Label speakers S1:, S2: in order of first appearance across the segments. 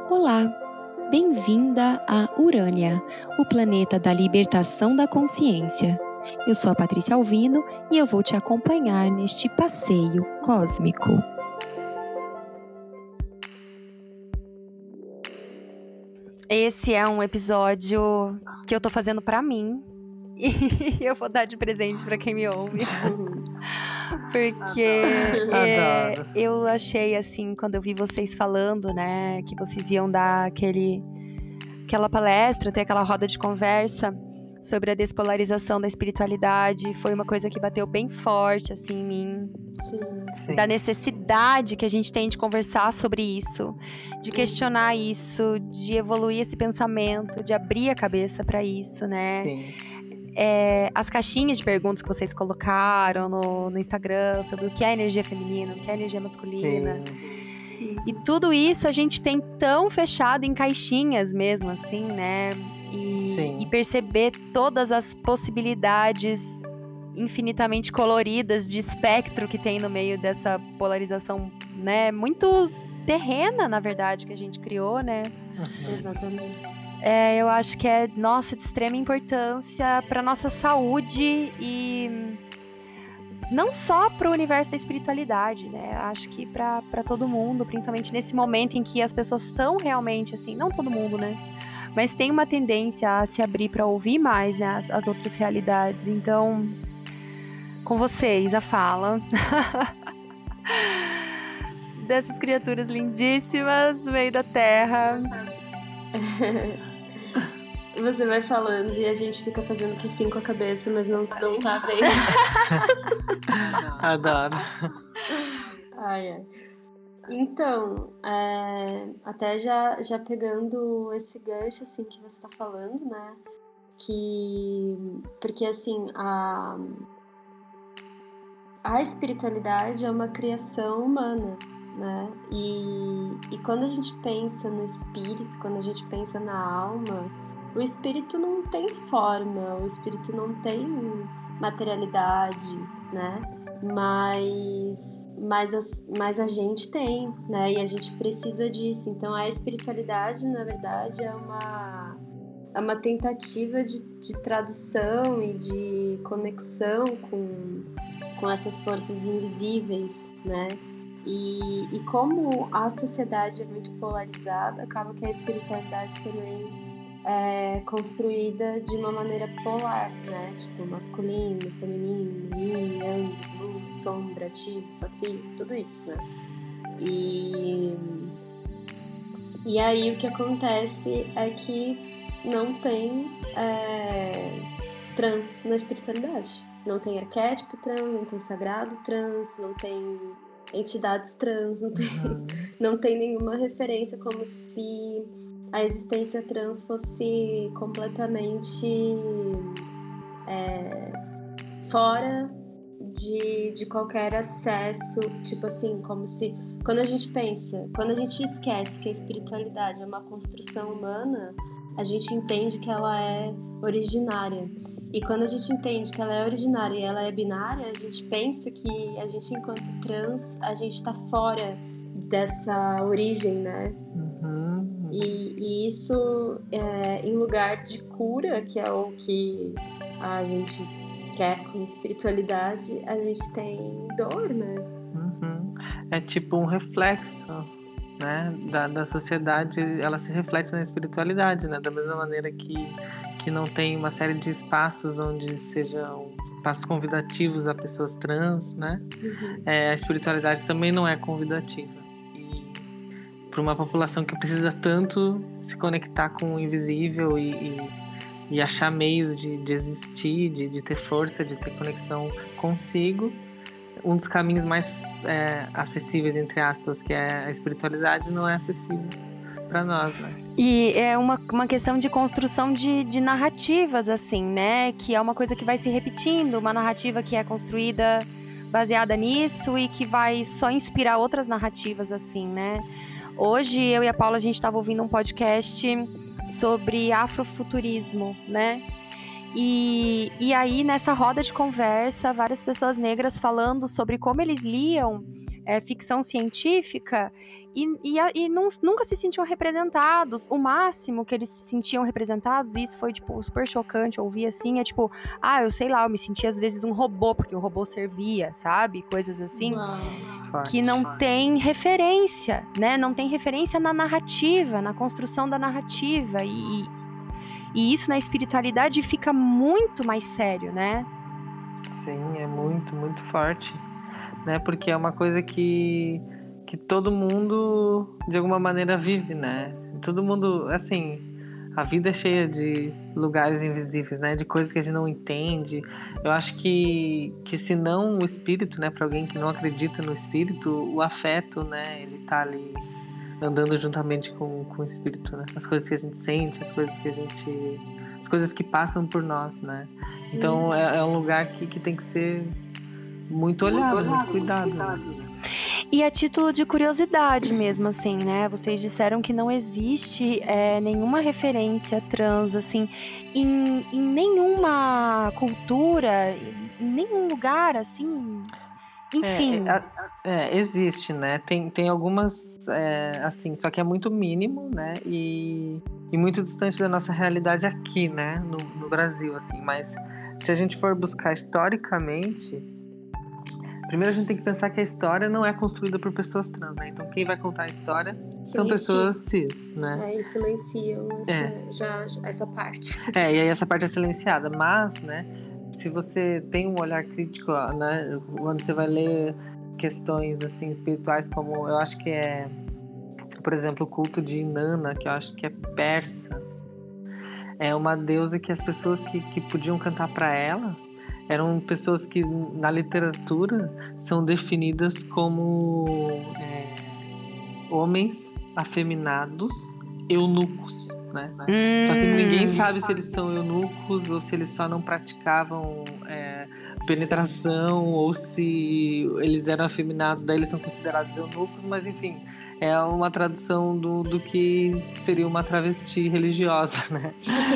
S1: Olá, bem-vinda a Urânia, o planeta da libertação da consciência. Eu sou a Patrícia Alvino e eu vou te acompanhar neste passeio cósmico. Esse é um episódio que eu tô fazendo pra mim e eu vou dar de presente pra quem me ouve. Porque eu achei assim, quando eu vi vocês falando, né, que vocês iam dar aquela palestra, ter aquela roda de conversa sobre a despolarização da espiritualidade, foi uma coisa que bateu bem forte assim em mim.
S2: Sim.
S1: Da necessidade que a gente tem de conversar sobre isso, de questionar isso, de evoluir esse pensamento, de abrir a cabeça para isso, né?
S2: Sim.
S1: As caixinhas de perguntas que vocês colocaram no Instagram sobre o que é energia feminina, o que é energia masculina.
S2: Sim.
S1: E tudo isso a gente tem tão fechado em caixinhas mesmo, assim, né? E perceber todas as possibilidades infinitamente coloridas de espectro que tem no meio dessa polarização, né? Muito terrena, na verdade, que a gente criou, né?
S2: Uhum.
S3: Exatamente.
S1: Eu acho que é, nossa, de extrema importância para nossa saúde e não só para o universo da espiritualidade, né? Acho que para todo mundo, principalmente nesse momento em que as pessoas estão realmente assim, não todo mundo, né? Mas tem uma tendência a se abrir para ouvir mais, né, as outras realidades. Então, com vocês, a fala dessas criaturas lindíssimas no meio da Terra.
S3: Você vai falando e a gente fica fazendo que sim com a cabeça, mas não tá vendo.
S2: Adoro.
S3: Ai. Então, até já pegando esse gancho assim que você tá falando, né? Porque assim, a espiritualidade é uma criação humana, né? E quando a gente pensa no espírito, quando a gente pensa na alma, o espírito não tem forma, o espírito não tem materialidade, né? Mas a gente tem, né? E a gente precisa disso. Então a espiritualidade, na verdade, é uma tentativa de tradução e de conexão com essas forças invisíveis, né? E como a sociedade é muito polarizada, acaba que a espiritualidade também é construída de uma maneira polar, né? Tipo, masculino, feminino, yin, yang, luz, sombra, ativo, passivo, tudo isso, né? E aí o que acontece é que não tem trans na espiritualidade. Não tem arquétipo trans, não tem sagrado trans, não tem entidades trans, não tem nenhuma referência, como se a existência trans fosse completamente fora de qualquer acesso, tipo assim, como se quando a gente esquece que a espiritualidade é uma construção humana, a gente entende que ela é originária. E quando a gente entende que ela é originária e ela é binária, a gente pensa que a gente, enquanto trans, a gente está fora dessa origem, né?
S2: Uhum.
S3: E isso, em lugar de cura, que é o que a gente quer com espiritualidade, a gente tem dor, né?
S2: Uhum. É tipo um reflexo, né, da sociedade, ela se reflete na espiritualidade, né? Da mesma maneira que não tem uma série de espaços onde sejam espaços convidativos a pessoas trans, né?
S3: Uhum.
S2: A espiritualidade também não é convidativa. E para uma população que precisa tanto se conectar com o invisível e achar meios de existir, de ter força, de ter conexão consigo, um dos caminhos mais acessíveis, entre aspas, que é a espiritualidade, não é acessível para nós, né?
S1: E é uma questão de construção de narrativas, assim, né? Que é uma coisa que vai se repetindo, uma narrativa que é construída baseada nisso e que vai só inspirar outras narrativas, assim, né? Hoje, eu e a Paula, a gente estava ouvindo um podcast sobre afrofuturismo, né? E aí, nessa roda de conversa, várias pessoas negras falando sobre como eles liam ficção científica e nunca se sentiam representados. O máximo que eles se sentiam representados, e isso foi, tipo, super chocante ouvir assim, é tipo, eu sei lá, eu me senti às vezes um robô, porque o robô servia, sabe? Coisas assim, que não tem referência, né? Não tem referência na narrativa, na construção da narrativa. E isso na espiritualidade fica muito mais sério, né?
S2: Sim, é muito, muito forte, né? Porque é uma coisa que todo mundo, de alguma maneira, vive, né? Todo mundo, assim, a vida é cheia de lugares invisíveis, né? De coisas que a gente não entende. Eu acho que se não o espírito, né? Para alguém que não acredita no espírito, o afeto, né? Ele tá ali andando juntamente com o espírito, né? As coisas que a gente sente, as coisas que passam por nós, né? Então é um lugar que tem que ser muito olhado, muito cuidado. Né?
S1: E a título de curiosidade mesmo, assim, né? Vocês disseram que não existe nenhuma referência trans, assim, em nenhuma cultura, em nenhum lugar, assim. Enfim.
S2: Existe, né? Tem algumas, assim, só que é muito mínimo, né? E muito distante da nossa realidade aqui, né? No Brasil, assim. Mas se a gente for buscar historicamente, primeiro a gente tem que pensar que a história não é construída por pessoas trans, né? Então quem vai contar a história são pessoas cis, né?
S3: E silenciam já essa parte.
S2: E aí essa parte é silenciada, mas, né? Se você tem um olhar crítico, né, quando você vai ler questões assim espirituais, como eu acho que é, por exemplo, o culto de Inanna, que eu acho que é persa, é uma deusa que as pessoas que podiam cantar para ela eram pessoas que na literatura são definidas como homens afeminados, eunucos, né? Só que ninguém sabe se eles são eunucos ou se eles só não praticavam penetração ou se eles eram afeminados, daí eles são considerados eunucos, mas enfim, é uma tradução do que seria uma travesti religiosa, né?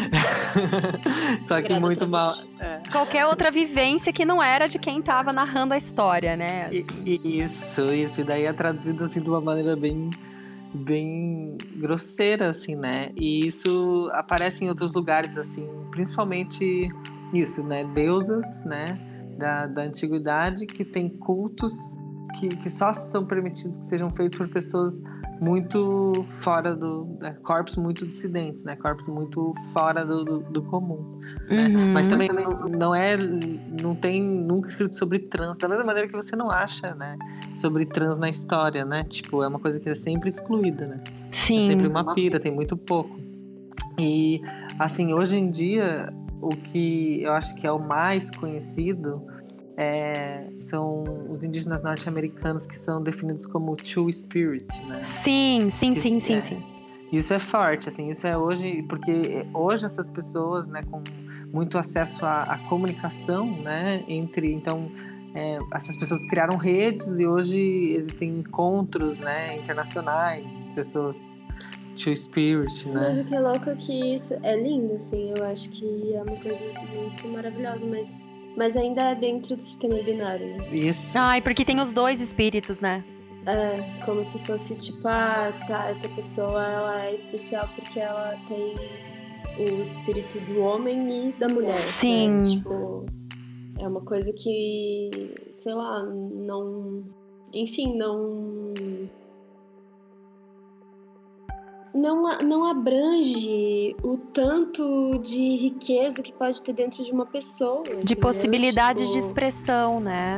S2: Só que muito mal.
S1: Qualquer outra vivência que não era de quem estava narrando a história, né?
S2: Isso, e daí é traduzido assim de uma maneira bem grosseira, assim, né? E isso aparece em outros lugares, assim, principalmente isso, né? Deusas, né? Da antiguidade, que tem cultos que só são permitidos que sejam feitos por pessoas muito fora corpos muito dissidentes, né? Corpos muito fora do comum, né? Mas também não tem nunca escrito sobre trans, da mesma maneira que você não acha, né? Sobre trans na história, né? Tipo, é uma coisa que é sempre excluída, né?
S1: Sim.
S2: É sempre uma pira, tem muito pouco. E, assim, hoje em dia, o que eu acho que é o mais conhecido são os indígenas norte-americanos, que são definidos como Two Spirit, né?
S1: Sim.
S2: Isso é forte, assim, isso é hoje, porque hoje essas pessoas, né, com muito acesso à comunicação, né, então essas pessoas criaram redes e hoje existem encontros, né, internacionais de pessoas Two Spirit, né?
S3: Mas o que é louco é que isso é lindo, assim, eu acho que é uma coisa muito maravilhosa, mas ainda é dentro do sistema binário, né?
S2: Isso.
S1: Porque tem os dois espíritos, né?
S3: Como se fosse tipo, essa pessoa ela é especial porque ela tem o espírito do homem e da mulher.
S1: Sim.
S3: Né? Tipo, é uma coisa que, sei lá, não abrange o tanto de riqueza que pode ter dentro de uma pessoa.
S1: De
S3: entendeu?
S1: possibilidades de expressão, né?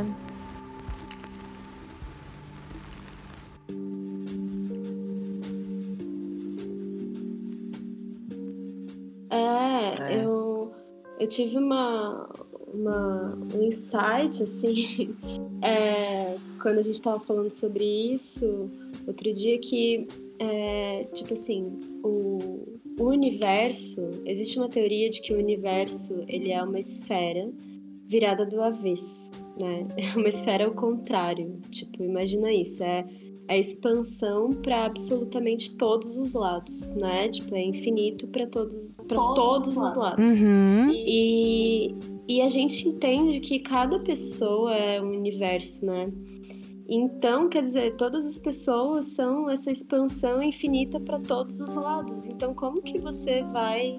S3: Eu tive um insight, assim, quando a gente tava falando sobre isso outro dia, que tipo assim, o universo, existe uma teoria de que o universo ele é uma esfera virada do avesso, né? É uma esfera ao contrário, tipo, imagina isso, é a expansão para absolutamente todos os lados, né? Tipo, é infinito para todos os lados.
S1: Uhum.
S3: E a gente entende que cada pessoa é um universo, né? Então, quer dizer, todas as pessoas são essa expansão infinita para todos os lados. Então, como que você vai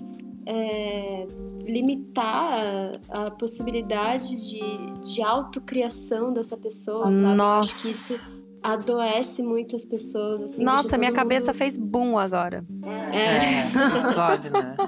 S3: limitar a possibilidade de autocriação dessa pessoa, sabe?
S1: Nossa.
S3: Eu acho que isso adoece muito as pessoas. Assim,
S1: nossa, minha cabeça fez boom agora.
S2: Explode, né?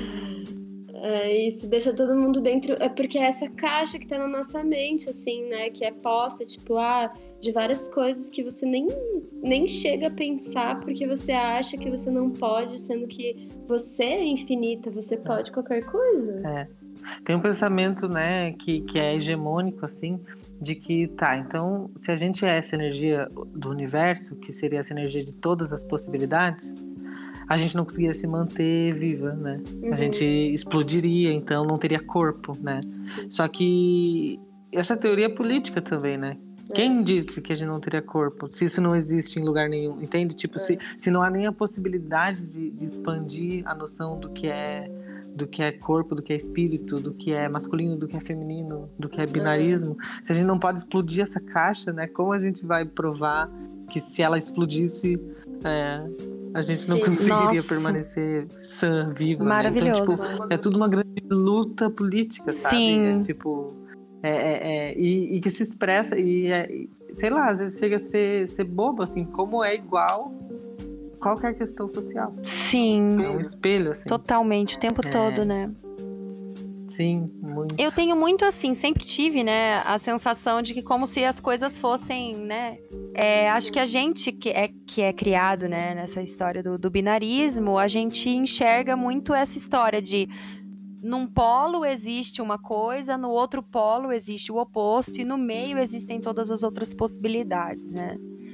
S3: Isso deixa todo mundo dentro. É porque é essa caixa que tá na nossa mente, assim, né? Que é posta, tipo, de várias coisas que você nem chega a pensar porque você acha que você não pode, sendo que você é infinita, você pode qualquer coisa.
S2: Tem um pensamento, né, que é hegemônico, assim, de que, então, se a gente é essa energia do universo, que seria essa energia de todas as possibilidades, a gente não conseguiria se manter viva, né? A gente explodiria, então não teria corpo, né?
S3: Sim.
S2: Só que essa teoria é política também, né? Quem disse que a gente não teria corpo? Se isso não existe em lugar nenhum, entende? Tipo, se não há nem a possibilidade de expandir a noção do que é corpo, do que é espírito, do que é masculino, do que é feminino, do que é binarismo, se a gente não pode explodir essa caixa, né? Como a gente vai provar que se ela explodisse, a gente não conseguiria permanecer sã, viva?
S1: Maravilhoso.
S2: Né? Então, tipo, é tudo uma grande luta política, sabe?
S1: Sim.
S2: E que se expressa sei lá, às vezes chega a ser bobo, assim, como é igual qualquer questão social.
S1: Sim.
S2: É um espelho, assim.
S1: Totalmente, o tempo todo, né?
S2: Sim, muito.
S1: Eu tenho muito assim, sempre tive, né, a sensação de que como se as coisas fossem, né, acho que a gente que é criado, né, nessa história do binarismo, a gente enxerga muito essa história de num polo existe uma coisa, no outro polo existe o oposto e no meio existem todas as outras possibilidades, né?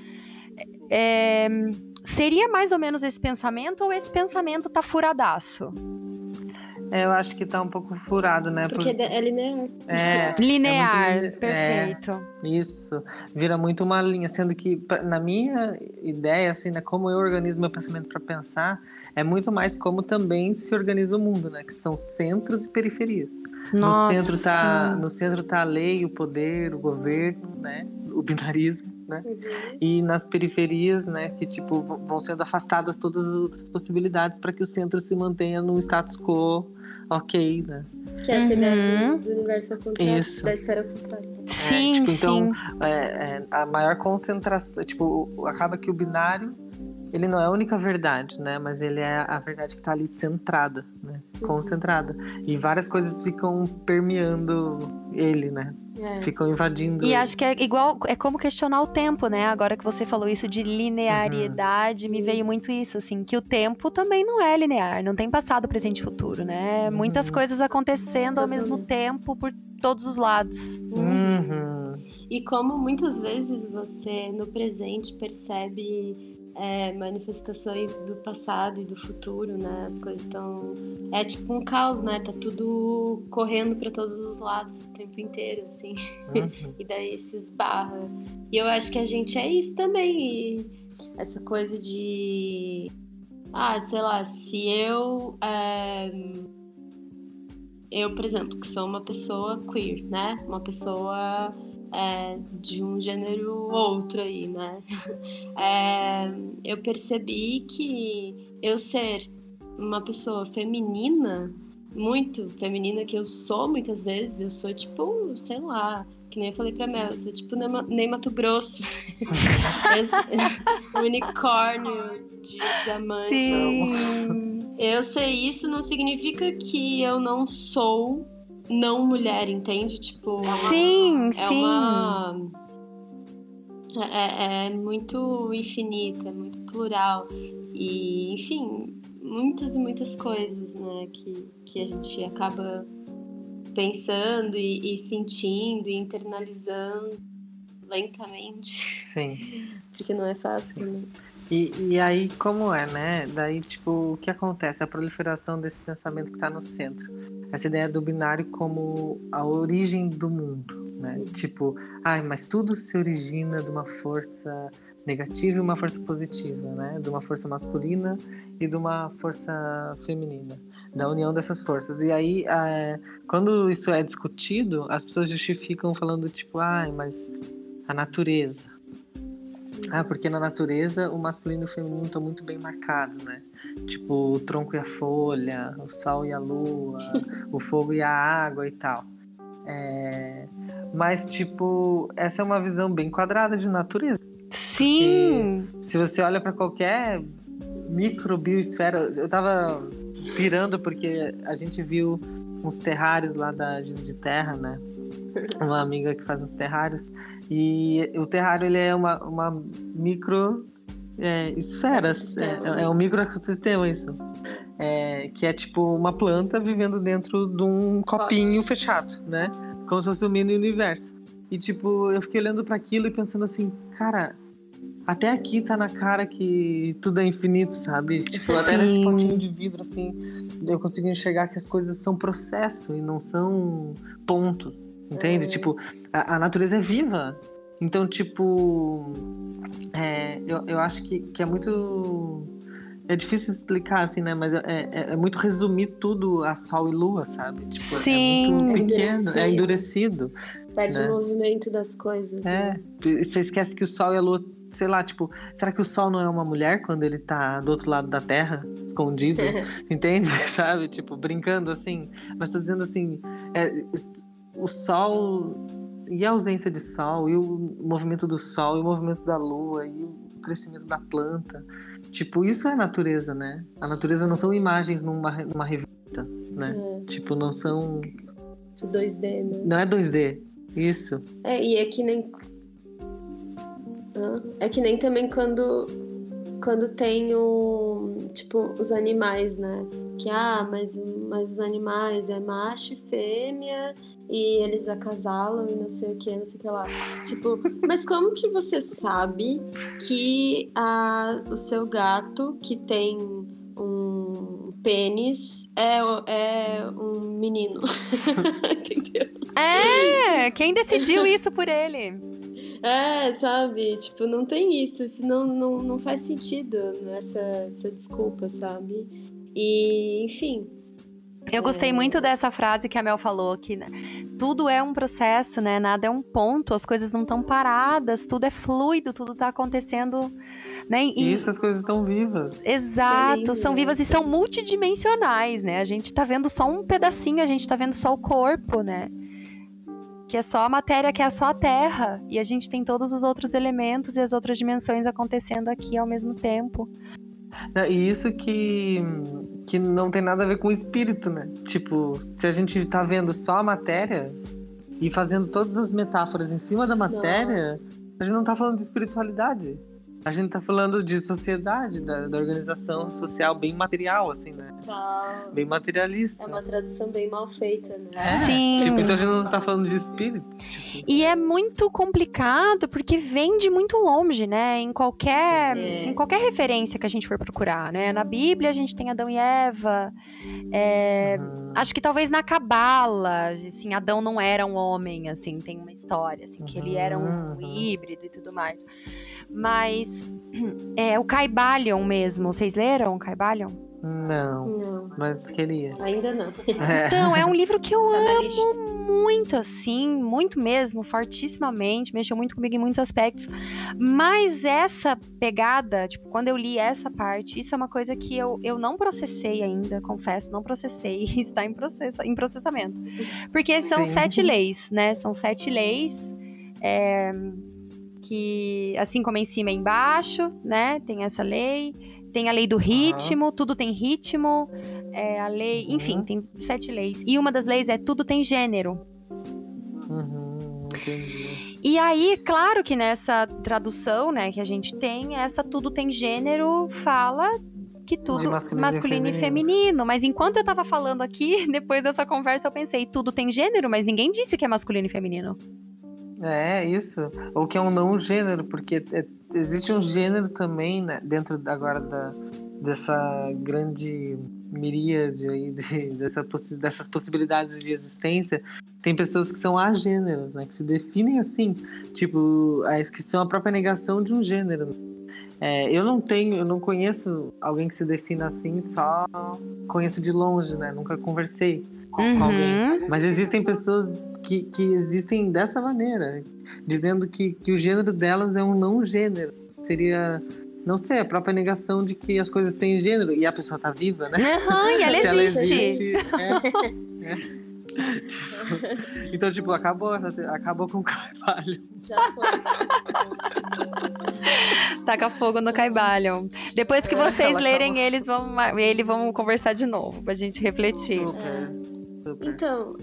S1: Seria mais ou menos esse pensamento ou esse pensamento tá furadaço?
S2: Eu acho que tá um pouco furado, né?
S3: Porque é linear.
S1: Linear, perfeito.
S2: Isso. Vira muito uma linha, sendo que, na minha ideia, assim, né, como eu organizo meu pensamento para pensar, é muito mais como também se organiza o mundo, né? Que são centros e periferias.
S1: Nossa,
S2: no centro tá a lei, o poder, o governo, né? O binarismo, né? E nas periferias, né? Que, tipo, vão sendo afastadas todas as outras possibilidades para que o centro se mantenha num status quo ok, né?
S3: Que é essa ideia do universo ao contrário, da esfera ao contrário.
S1: Sim,
S2: então, a maior concentração, tipo, acaba que o binário, ele não é a única verdade, né? Mas ele é a verdade que tá ali centrada, né? Concentrada. E várias coisas ficam permeando ele, né? Ficam invadindo
S1: E
S2: ele.
S1: acho que é igual, é como questionar o tempo, né? Agora que você falou isso de linearidade, me veio muito isso, assim, que o tempo também não é linear, não tem passado, presente e futuro, né? Muitas coisas acontecendo ao mesmo tempo por todos os lados.
S3: E como muitas vezes você no presente percebe manifestações do passado e do futuro, né? As coisas estão... É tipo um caos, né? Tá tudo correndo para todos os lados o tempo inteiro, assim. E daí se esbarra. E eu acho que a gente é isso também. E essa coisa de... sei lá, se eu, por exemplo, que sou uma pessoa queer, né? Uma pessoa... de um gênero outro aí, né? Eu percebi que eu ser uma pessoa feminina, muito feminina, que eu sou muitas vezes, eu sou tipo, sei lá, que nem eu falei pra Mel, eu sou tipo Ney Matogrosso. Unicórnio de diamante.
S1: Sim.
S3: Eu sei isso não significa que eu não sou não mulher, entende? Tipo, é muito infinito, é muito plural. E, enfim, muitas e muitas coisas, né, que a gente acaba pensando e sentindo e internalizando lentamente.
S2: Sim.
S3: Porque não é fácil, né?
S2: E aí, como é, né? Daí, tipo, o que acontece? A proliferação desse pensamento que está no centro. Essa ideia do binário como a origem do mundo, né? Tipo, mas tudo se origina de uma força negativa e uma força positiva, né? De uma força masculina e de uma força feminina. Da união dessas forças. E aí, quando isso é discutido, as pessoas justificam falando, tipo, mas a natureza, Porque na natureza o masculino e o feminino estão muito bem marcados, né? Tipo, o tronco e a folha, o sol e a lua, o fogo e a água e tal. Mas, tipo, essa é uma visão bem quadrada de natureza.
S1: Sim!
S2: Porque se você olha para qualquer microbiosfera... Eu tava pirando porque a gente viu uns terrários lá da Giz de Terra, né? Uma amiga que faz uns terrários. E o terrário, ele é uma micro esfera. É um microecossistema, isso. Que é tipo uma planta vivendo dentro de um copinho fechado, né? Como se fosse o mini universo. E tipo, eu fiquei olhando para aquilo e pensando assim, cara, até aqui tá na cara que tudo é infinito, sabe? Tipo, até nesse potinho de vidro, assim, eu consigo enxergar que as coisas são processo e não são pontos, entende? Tipo, a natureza é viva. Então, tipo, eu acho que é muito... É difícil explicar, assim, né? Mas é muito resumir tudo a sol e lua, sabe? Tipo,
S1: Sim.
S2: É muito pequeno, é endurecido.
S3: Perde
S2: né?
S3: o movimento das coisas. Né?
S2: Você esquece que o sol e a lua, sei lá, tipo, será que o sol não é uma mulher quando ele tá do outro lado da terra, escondido? Entende? Sabe? Tipo, brincando assim. Mas tô dizendo assim, o sol e a ausência de sol, e o movimento do sol, e o movimento da lua, e o crescimento da planta. Tipo, isso é natureza, né? A natureza não são imagens numa revista, né? Tipo, não são...
S3: 2D, né?
S2: Não é 2D. Isso.
S3: E é que nem... É que nem também quando tem tipo, os animais, né? Que, mas os animais é macho e fêmea e eles acasalam e não sei o que lá. Tipo, mas como que você sabe que o seu gato, que tem um pênis, é um menino? Entendeu?
S1: Quem decidiu isso por ele?
S3: Sabe? Tipo, não tem isso. Isso não faz sentido essa desculpa, sabe? E, enfim...
S1: Eu gostei muito dessa frase que a Mel falou, que tudo é um processo, né? Nada é um ponto, as coisas não estão paradas, tudo é fluido, tudo tá acontecendo, né?
S2: E essas coisas estão vivas.
S1: Exato, são vivas e são multidimensionais, né? A gente tá vendo só um pedacinho, a gente tá vendo só o corpo, né? Que é só a matéria, que é só a Terra. E a gente tem todos os outros elementos e as outras dimensões acontecendo aqui ao mesmo tempo.
S2: E isso que não tem nada a ver com o espírito, né? Tipo, se a gente tá vendo só a matéria e fazendo todas as metáforas em cima da matéria, a gente não tá falando de espiritualidade. A gente tá falando de sociedade, da organização social bem material, assim, né? Bem materialista.
S3: É uma tradução bem mal feita, né?
S1: Sim.
S2: Tipo, então a gente não tá falando de espíritos. Tipo.
S1: E é muito complicado porque vem de muito longe, né? Em qualquer referência que a gente for procurar, né? Na Bíblia a gente tem Adão e Eva. Acho que talvez na Cabala, assim, Adão não era um homem, assim, tem uma história, assim, que ele era um híbrido e tudo mais. Mas o Caibalion mesmo, vocês leram o Caibalion?
S2: Não, mas queria.
S3: Ainda não.
S1: Então, é um livro que eu amo muito, assim, muito mesmo, fortissimamente, mexeu muito comigo em muitos aspectos, mas essa pegada, tipo, quando eu li essa parte, isso é uma coisa que eu não processei ainda, confesso, não processei, está em processamento, porque são 7 leis, né, são 7 leis, que, assim como é em cima é embaixo, né, tem essa lei. Tem a lei do ritmo, tudo tem ritmo, a lei, enfim, tem 7 leis. E uma das leis é tudo tem gênero.
S2: Entendi.
S1: E aí, claro que nessa tradução, né, que a gente tem, essa tudo tem gênero fala que tudo
S2: De
S1: masculino e feminino. Mas enquanto eu tava falando aqui, depois dessa conversa, eu pensei, tudo tem gênero, mas ninguém disse que é masculino e feminino.
S2: Isso. Ou que é um não gênero, porque existe um gênero também, né, dentro agora dessa grande miríade aí dessas possibilidades de existência. Tem pessoas que são agêneros, né, que se definem assim, tipo, que são a própria negação de um gênero. Eu não conheço alguém que se defina assim, só conheço de longe, né, nunca conversei com alguém. Mas existem pessoas que existem dessa maneira, dizendo que o gênero delas é um não gênero, seria, não sei, a própria negação de que as coisas têm gênero e a pessoa tá viva, né?
S1: E ela
S2: Se
S1: existe.
S2: ela existe. Então, tipo, acabou com o Carvalho.
S3: Já foi.
S1: Taca fogo no Caibalion. Depois que vocês lerem eles, vamos conversar de novo, pra gente refletir.
S2: Super.
S3: Então,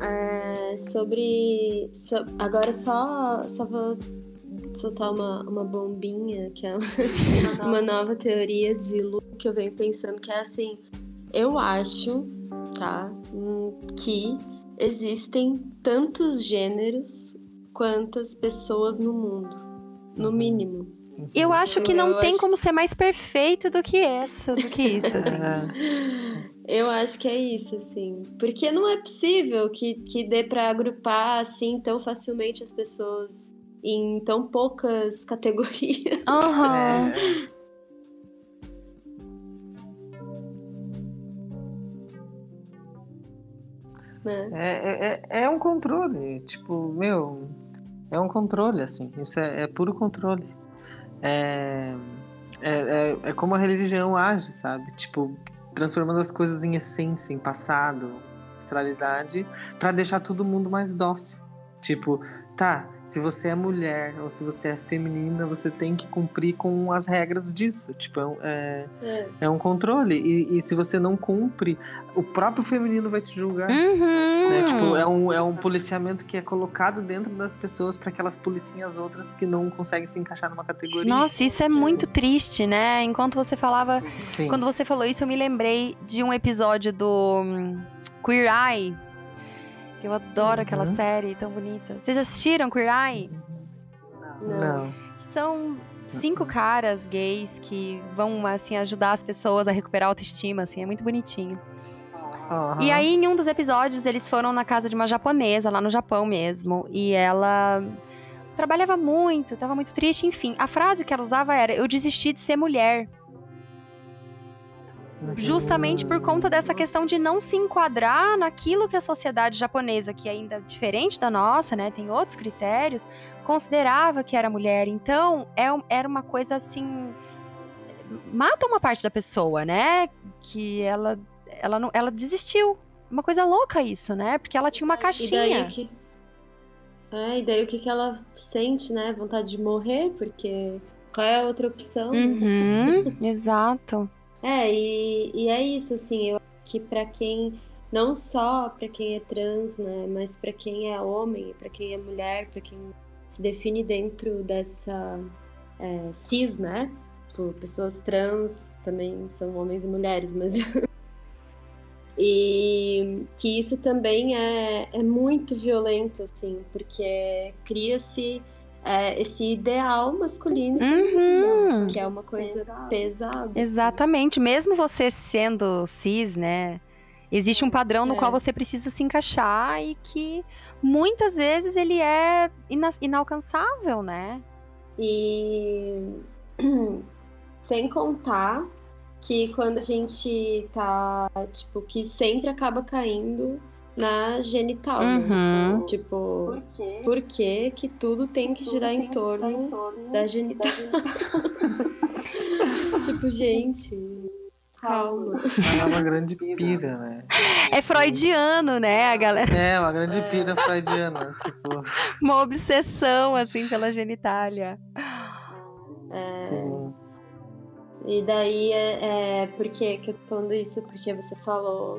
S3: agora só vou soltar uma bombinha, que é uma nova teoria de Lu, que eu venho pensando, que é assim, eu acho, tá, que existem tantos gêneros quantas pessoas no mundo, no mínimo.
S1: Eu acho que não tem como ser mais perfeito do que isso. Assim.
S3: Eu acho que é isso, assim. Porque não é possível que dê pra agrupar, assim, tão facilmente as pessoas em tão poucas categorias.
S2: Né? É um controle, tipo, é um controle, assim, isso é puro controle. É como a religião age, sabe? Tipo, transformando as coisas em essência, em passado, ancestralidade, pra deixar todo mundo mais dócil. Tipo, tá, se você é mulher ou se você é feminina, você tem que cumprir com as regras disso. Tipo, é um controle. E se você não cumpre, o próprio feminino vai te julgar. Né? Tipo, é um policiamento que é colocado dentro das pessoas para que elas policiem as outras que não conseguem se encaixar numa categoria.
S1: Nossa, isso é muito triste, né? Enquanto você falava...
S2: Sim.
S1: Quando você falou isso, eu me lembrei de um episódio do Queer Eye. Eu adoro aquela série tão bonita. Vocês já assistiram Queer Eye?
S2: Não.
S1: São 5 caras gays que vão, assim, ajudar as pessoas a recuperar a autoestima, assim. É muito bonitinho. E aí, em um dos episódios, eles foram na casa de uma japonesa, lá no Japão mesmo. E ela trabalhava muito, tava muito triste, enfim. A frase que ela usava era: eu desisti de ser mulher. Justamente por conta dessa questão de não se enquadrar naquilo que a sociedade japonesa, que ainda é diferente da nossa, né, tem outros critérios, considerava que era mulher. Então, era uma coisa assim... Mata uma parte da pessoa, né? Que ela desistiu. Uma coisa louca isso, né? Porque ela tinha uma caixinha.
S3: E daí o que ela sente, né? Vontade de morrer, porque qual é a outra opção?
S1: Exato.
S3: E é isso, assim, eu acho que pra quem, não só pra quem é trans, né, mas pra quem é homem, pra quem é mulher, pra quem se define dentro dessa cis, né, tipo, pessoas trans também são homens e mulheres, mas... E que isso também é muito violento, assim, porque cria-se esse ideal masculino, que é uma coisa pesada.
S1: Exatamente. Mesmo você sendo cis, né? Existe um padrão no qual você precisa se encaixar e que muitas vezes ele é inalcançável, né?
S3: E sem contar que quando a gente tá, tipo, que sempre acaba caindo na genital, né? Tipo, por que tudo tem que girar em torno da genital? Tipo, gente, calma.
S2: É uma grande pira, né?
S1: É freudiano, né, a galera?
S2: É, uma grande pira freudiana, tipo...
S1: Uma obsessão, assim, pela genitália.
S2: Sim.
S3: E daí, por que eu tô falando isso? Porque você falou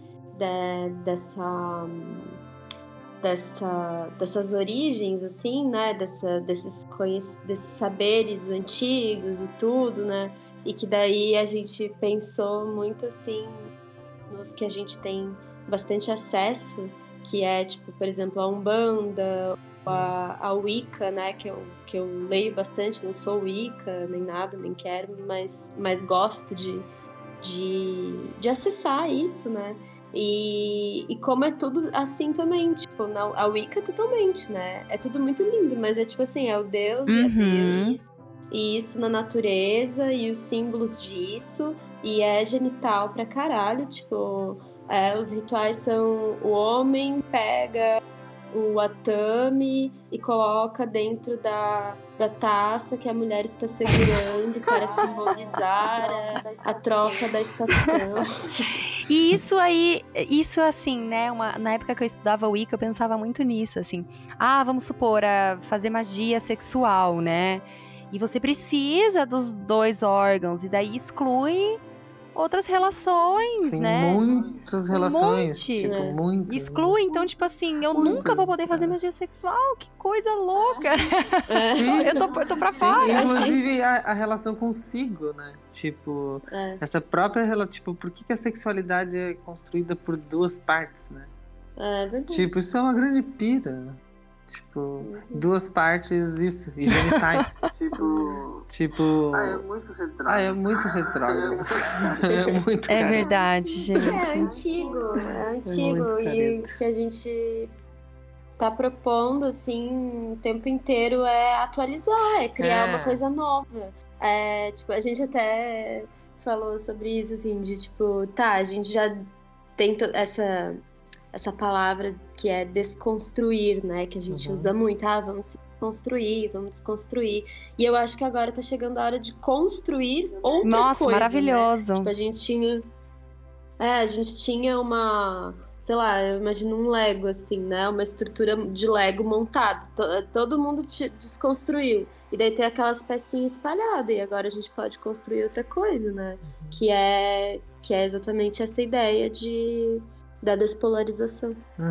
S3: dessas origens, assim, né? Desses saberes antigos e tudo, né? E que daí a gente pensou muito, assim, nos que a gente tem bastante acesso, que é, tipo, por exemplo, a Umbanda, a Wicca, né? Que eu leio bastante, não sou Wicca, nem nada, nem quero, mas gosto de acessar isso, né? E como é tudo assim também, tipo, a Wicca totalmente, né? É tudo muito lindo, mas é tipo assim, é o Deus e é Deus, e isso na natureza, e os símbolos disso, e é genital pra caralho, tipo, os rituais são: o homem pega o atame e coloca dentro da taça que a mulher está segurando para simbolizar a troca da estação.
S1: E isso assim, né, na época que eu estudava Wicca, eu pensava muito nisso, assim. Vamos supor, fazer magia sexual, né? E você precisa dos 2 órgãos, e daí exclui outras relações,
S2: Sim,
S1: né?
S2: muitas relações,
S1: monte.
S2: Muitas.
S1: Exclui, então, tipo assim, eu nunca vou poder fazer magia sexual, que coisa louca.
S2: Sim,
S1: eu tô pra fora.
S2: Inclusive a relação consigo, né? Tipo, essa própria relação, tipo, por que a sexualidade é construída por 2 partes, né?
S3: É verdade.
S2: Tipo, isso é uma grande pira. Tipo, 2 partes, isso, e genitais. tipo...
S4: é muito retrógrado.
S2: É muito retrógrado.
S1: É verdade, gente.
S3: É antigo. E o que a gente tá propondo, assim, o tempo inteiro é atualizar, é criar uma coisa nova. Tipo, a gente até falou sobre isso, assim, de tipo, a gente já tem essa palavra que é desconstruir, né? Que a gente usa muito. Vamos se construir, vamos desconstruir. E eu acho que agora tá chegando a hora de construir outra coisa.
S1: Nossa, maravilhoso.
S3: Né? Tipo, a gente tinha uma... Sei lá, eu imagino um Lego, assim, né? Uma estrutura de Lego montada. Todo mundo desconstruiu. E daí tem aquelas pecinhas espalhadas. E agora a gente pode construir outra coisa, né? Que é exatamente essa ideia da despolarização.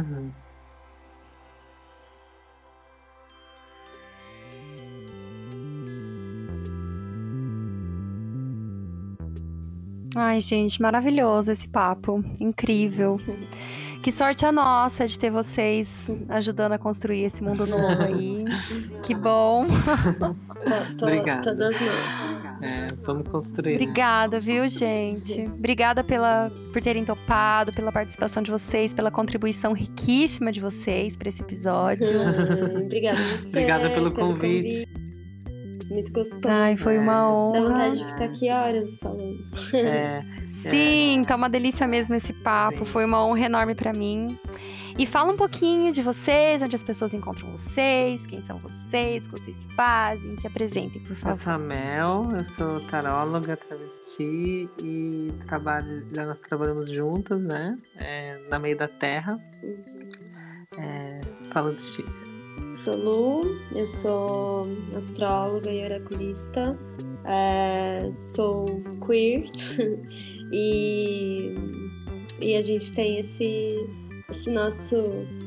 S1: Ai, gente, maravilhoso esse papo. Incrível. Que sorte a nossa de ter vocês ajudando a construir esse mundo novo aí. Que bom.
S2: Obrigado.
S3: Todas nós.
S2: Vamos construir.
S1: Obrigada, viu, gente? Obrigada por terem topado, pela participação de vocês, pela contribuição riquíssima de vocês para esse episódio.
S3: Obrigada a você.
S2: Obrigada pelo convite.
S3: Muito gostoso.
S1: Ai, foi uma honra.
S3: Dá vontade de ficar aqui horas falando.
S1: Sim, tá uma delícia mesmo esse papo.
S2: Sim.
S1: Foi uma honra enorme pra mim. E fala um pouquinho de vocês, onde as pessoas encontram vocês, quem são vocês, o que vocês fazem. Se apresentem, por favor.
S2: Eu sou a Mel, eu sou taróloga, travesti e nós trabalhamos juntas, né? Na Meio da Terra. Fala de ti.
S3: Sou Lu, eu sou astróloga e oraculista, sou queer e a gente tem essa nossa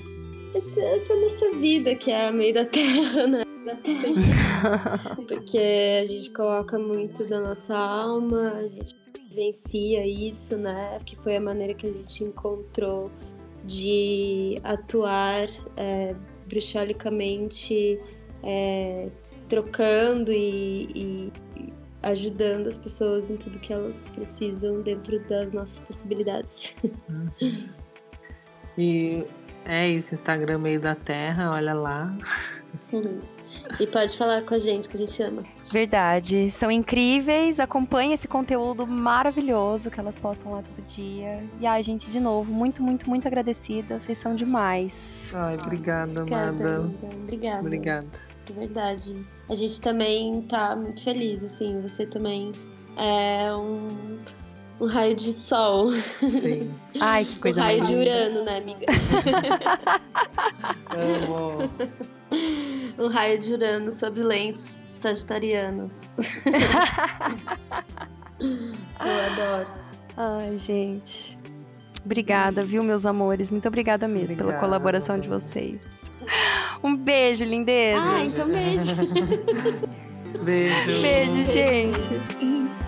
S3: vida que é a Meio da Terra, né? Porque a gente coloca muito da nossa alma, a gente vivencia isso, né? Porque foi a maneira que a gente encontrou de atuar bruxalicamente, trocando e ajudando as pessoas em tudo que elas precisam dentro das nossas possibilidades.
S2: E é isso, Instagram Meio da Terra, olha lá.
S3: E pode falar com a gente, que a gente ama.
S1: Verdade, são incríveis, acompanhe esse conteúdo maravilhoso que elas postam lá todo dia. E ai, gente, de novo, muito, muito, muito agradecida, vocês são demais.
S2: Ai, obrigada, amada.
S3: Obrigada. De verdade. A gente também tá muito feliz, assim, você também é um raio de sol.
S2: Sim.
S1: Ai, que coisa
S3: raio
S1: linda.
S3: de Urano, né, amiga?
S2: Amo.
S3: Um raio de Urano sob lentes sagitarianas. Eu adoro.
S1: Ai, gente. Obrigada, viu, meus amores? Muito obrigada mesmo pela colaboração de vocês. Um beijo, lindeza.
S3: Então beijo.
S2: Beijo.
S1: Beijo, gente.